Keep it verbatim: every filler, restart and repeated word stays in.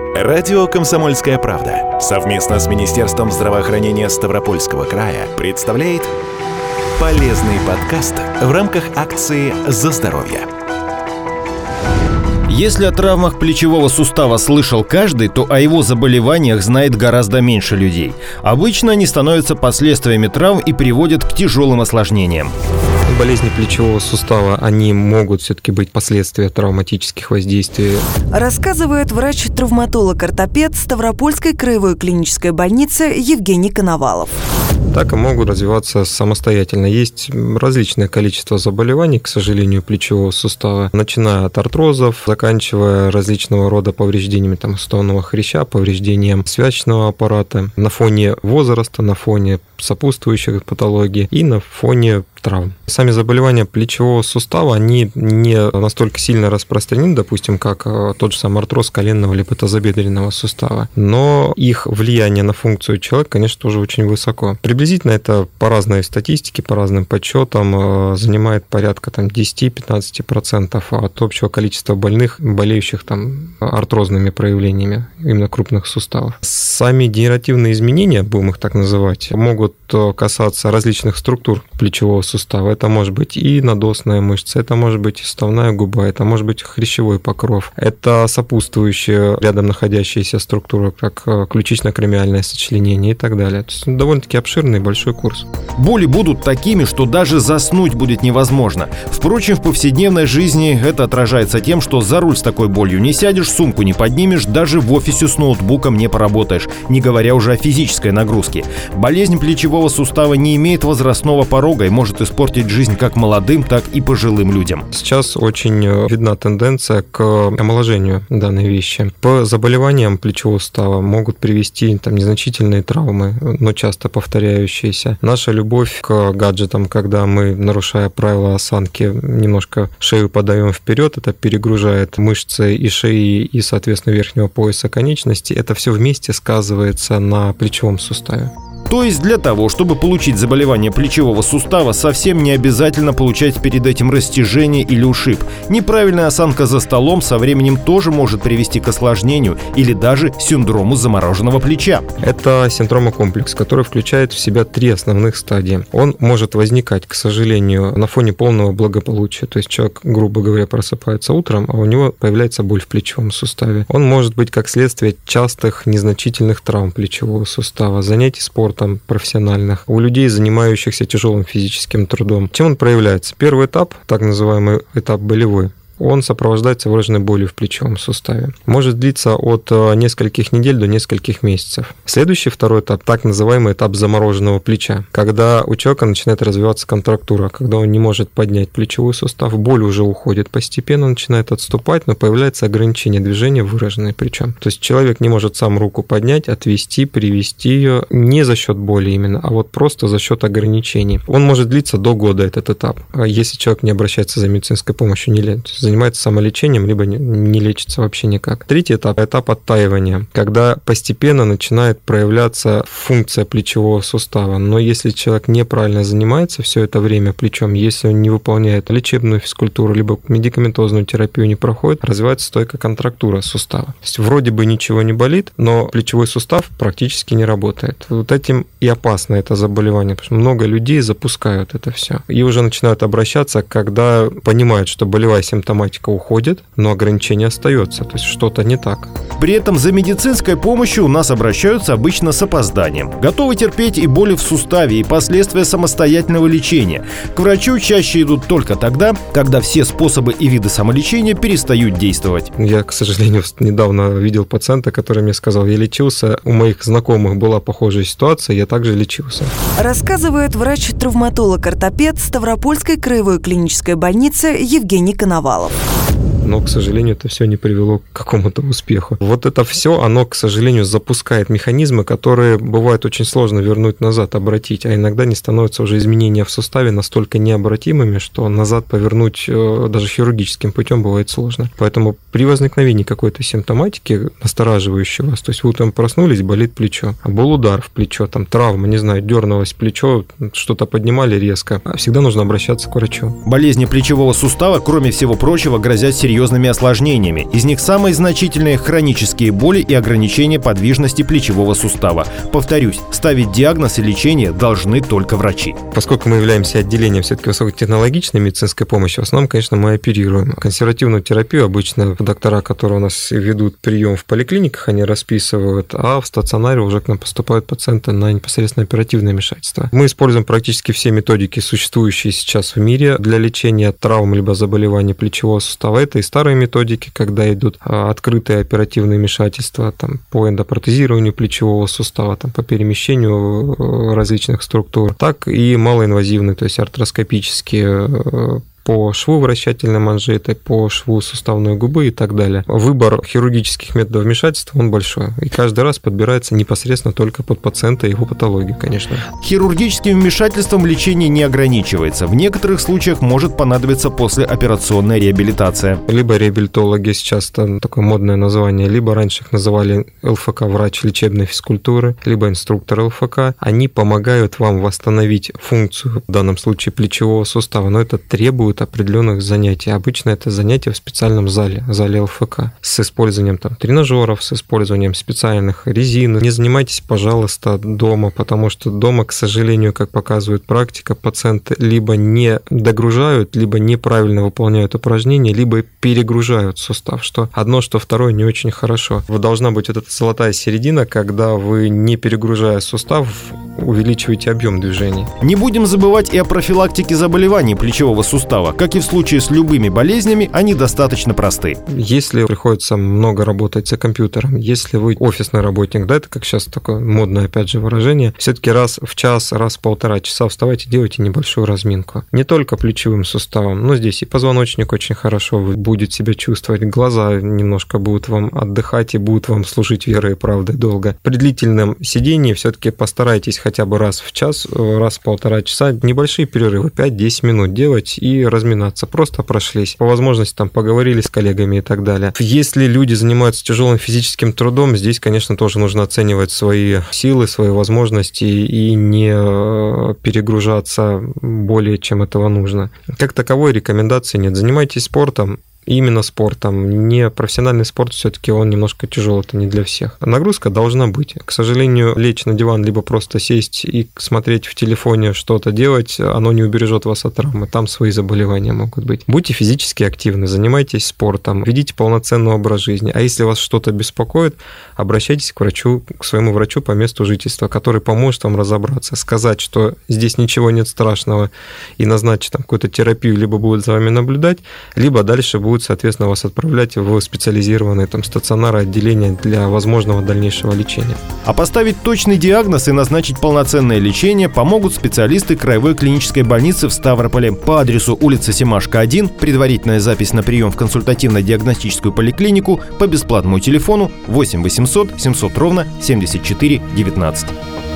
Радио «Комсомольская правда» совместно с Министерством здравоохранения Ставропольского края представляет полезный подкаст в рамках акции «За здоровье». Если о травмах плечевого сустава слышал каждый, то о его заболеваниях знает гораздо меньше людей. Обычно они становятся последствиями травм и приводят к тяжелым осложнениям. Болезни плечевого сустава, они могут все-таки быть последствия травматических воздействий. Рассказывает врач-травматолог-ортопед Ставропольской краевой клинической больницы Евгений Коновалов. Так и могут развиваться самостоятельно. Есть различное количество заболеваний, к сожалению, плечевого сустава, начиная от артрозов, заканчивая различного рода повреждениями там, суставного хряща, повреждением связочного аппарата на фоне возраста, на фоне сопутствующих патологий и на фоне травм. Сами заболевания плечевого сустава, они не настолько сильно распространены, допустим, как тот же самый артроз коленного либо тазобедренного сустава, но их влияние на функцию человека, конечно, тоже очень высоко. Приблизительно это по разной статистике, по разным подсчетам занимает порядка там, десять-пятнадцать процентов от общего количества больных, болеющих там, артрозными проявлениями именно крупных суставов. Сами дегенеративные изменения, будем их так называть, могут касаться различных структур плечевого сустава. Это может быть и надосная мышца, это может быть и суставная губа, это может быть хрящевой покров, это сопутствующие рядом находящиеся структуры, как ключично-кремиальное сочленение и так далее. То есть довольно-таки обширный большой курс. Боли будут такими, что даже заснуть будет невозможно. Впрочем, в повседневной жизни это отражается тем, что за руль с такой болью не сядешь, сумку не поднимешь, даже в офисе с ноутбуком не поработаешь, не говоря уже о физической нагрузке. Болезнь плечевого сустава не имеет возрастного порога и может испортить жизнь как молодым, так и пожилым людям. Сейчас очень видна тенденция к омоложению данной вещи. По заболеваниям плечевого сустава могут привести там, незначительные травмы, но часто повторяющиеся. Наша любовь к гаджетам, когда мы, нарушая правила осанки, немножко шею подаем вперед, это перегружает мышцы и шеи, и, соответственно, верхнего пояса конечности. Это все вместе сказывается на плечевом суставе. То есть для того, чтобы получить заболевание плечевого сустава, совсем не обязательно получать перед этим растяжение или ушиб. Неправильная осанка за столом со временем тоже может привести к осложнению или даже синдрому замороженного плеча. Это синдромокомплекс, который включает в себя три основных стадии. Он может возникать, к сожалению, на фоне полного благополучия. То есть человек, грубо говоря, просыпается утром, а у него появляется боль в плечевом суставе. Он может быть как следствие частых незначительных травм плечевого сустава, занятий спортом, профессиональных, у людей, занимающихся тяжелым физическим трудом. Чем он проявляется? Первый этап, так называемый этап болевой, он сопровождается выраженной болью в плечевом суставе. Может длиться от нескольких недель до нескольких месяцев. Следующий, второй этап, так называемый этап замороженного плеча, когда у человека начинает развиваться контрактура, когда он не может поднять плечевой сустав, боль уже уходит постепенно, начинает отступать, но появляется ограничение движения, выраженное причем. То есть человек не может сам руку поднять, отвести, привести ее не за счет боли именно, а вот просто за счет ограничений. Он может длиться до года, этот этап, если человек не обращается за медицинской помощью, не занимается самолечением, либо не лечится вообще никак. Третий этап – этап оттаивания, когда постепенно начинает проявляться функция плечевого сустава. Но если человек неправильно занимается все это время плечом, если он не выполняет лечебную физкультуру, либо медикаментозную терапию не проходит, развивается стойкая контрактура сустава. То есть вроде бы ничего не болит, но плечевой сустав практически не работает. Вот этим и опасно это заболевание, потому что много людей запускают это все. И уже начинают обращаться, когда понимают, что болевая симптоматика уходит, но ограничение остается, то есть что-то не так. При этом за медицинской помощью у нас обращаются обычно с опозданием. Готовы терпеть и боли в суставе, и последствия самостоятельного лечения. К врачу чаще идут только тогда, когда все способы и виды самолечения перестают действовать. Я, к сожалению, недавно видел пациента, который мне сказал, я лечился, у моих знакомых была похожая ситуация, я также лечился. Рассказывает врач-травматолог-ортопед Ставропольской краевой клинической больницы Евгений Коновалов. Но, к сожалению, это все не привело к какому-то успеху. Вот это все, оно, к сожалению, запускает механизмы, которые бывает очень сложно вернуть назад, обратить, а иногда не становятся уже изменения в суставе настолько необратимыми, что назад повернуть даже хирургическим путем бывает сложно. Поэтому при возникновении какой-то симптоматики, настораживающей вас, то есть вы утром проснулись, болит плечо, а был удар в плечо, там травма, не знаю, дернулось плечо, что-то поднимали резко, всегда нужно обращаться к врачу. Болезни плечевого сустава, кроме всего прочего, грозят серьезными серьезными осложнениями. Из них самые значительные – хронические боли и ограничение подвижности плечевого сустава. Повторюсь, ставить диагноз и лечение должны только врачи. Поскольку мы являемся отделением все-таки высокотехнологичной медицинской помощи, в основном, конечно, мы оперируем. Консервативную терапию обычно доктора, которые у нас ведут прием в поликлиниках, они расписывают, а в стационаре уже к нам поступают пациенты на непосредственно оперативное вмешательство. Мы используем практически все методики, существующие сейчас в мире для лечения травм либо заболеваний плечевого сустава. Это и старые методики, когда идут открытые оперативные вмешательства там, по эндопротезированию плечевого сустава, там, по перемещению различных структур, так и малоинвазивные, то есть артроскопические, по шву вращательной манжеты, по шву суставной губы и так далее. Выбор хирургических методов вмешательства, он большой. И каждый раз подбирается непосредственно только под пациента и его патологию, конечно. Хирургическим вмешательством лечение не ограничивается. В некоторых случаях может понадобиться послеоперационная реабилитация. Либо реабилитологи, сейчас это такое модное название, либо раньше их называли эл эф ка, врач лечебной физкультуры, либо инструктор эл эф ка. Они помогают вам восстановить функцию, в данном случае плечевого сустава, но это требует определенных занятий. Обычно это занятия в специальном зале, зале эл эф ка, с использованием там тренажеров, с использованием специальных резин. Не занимайтесь, пожалуйста, дома, потому что дома, к сожалению, как показывает практика, пациенты либо не догружают, либо неправильно выполняют упражнения, либо перегружают сустав, что одно, что второе не очень хорошо. Должна быть вот эта золотая середина, когда вы, не перегружая сустав, увеличиваете объем движений. Не будем забывать и о профилактике заболеваний плечевого сустава. Как и в случае с любыми боязнями, они достаточно просты. Если приходится много работать за компьютером, если вы офисный работник, да, это как сейчас такое модное, опять же, выражение, все-таки раз в час, раз в полтора часа вставайте, делайте небольшую разминку. Не только плечевым суставом, но здесь и позвоночник очень хорошо будет себя чувствовать, глаза немножко будут вам отдыхать и будут вам служить верой и правдой долго. При длительном сидении все-таки постарайтесь хотя бы раз в час, раз в полтора часа, небольшие перерывы, пять-десять минут делать и разминаться. Просто прошлись. По возможности там поговорили с коллегами и так далее. Если люди занимаются тяжелым физическим трудом, здесь, конечно, тоже нужно оценивать свои силы, свои возможности и не перегружаться более, чем этого нужно. Как таковой рекомендации нет. Занимайтесь спортом, именно спортом. Не профессиональный спорт, все-таки он немножко тяжелый, это не для всех. Нагрузка должна быть. К сожалению, лечь на диван, либо просто сесть и смотреть в телефоне, что-то делать, оно не убережет вас от травмы. Там свои заболевания могут быть. Будьте физически активны, занимайтесь спортом, ведите полноценный образ жизни. А если вас что-то беспокоит, обращайтесь к врачу, к своему врачу по месту жительства, который поможет вам разобраться, сказать, что здесь ничего нет страшного, и назначить там какую-то терапию, либо будет за вами наблюдать, либо дальше будет, соответственно, вас отправлять в специализированные там стационары, отделения для возможного дальнейшего лечения. А поставить точный диагноз и назначить полноценное лечение помогут специалисты Краевой клинической больницы в Ставрополе по адресу улица Семашко, один, предварительная запись на прием в консультативно-диагностическую поликлинику по бесплатному телефону восемь восемьсот семьсот ровно семьдесят четыре девятнадцать.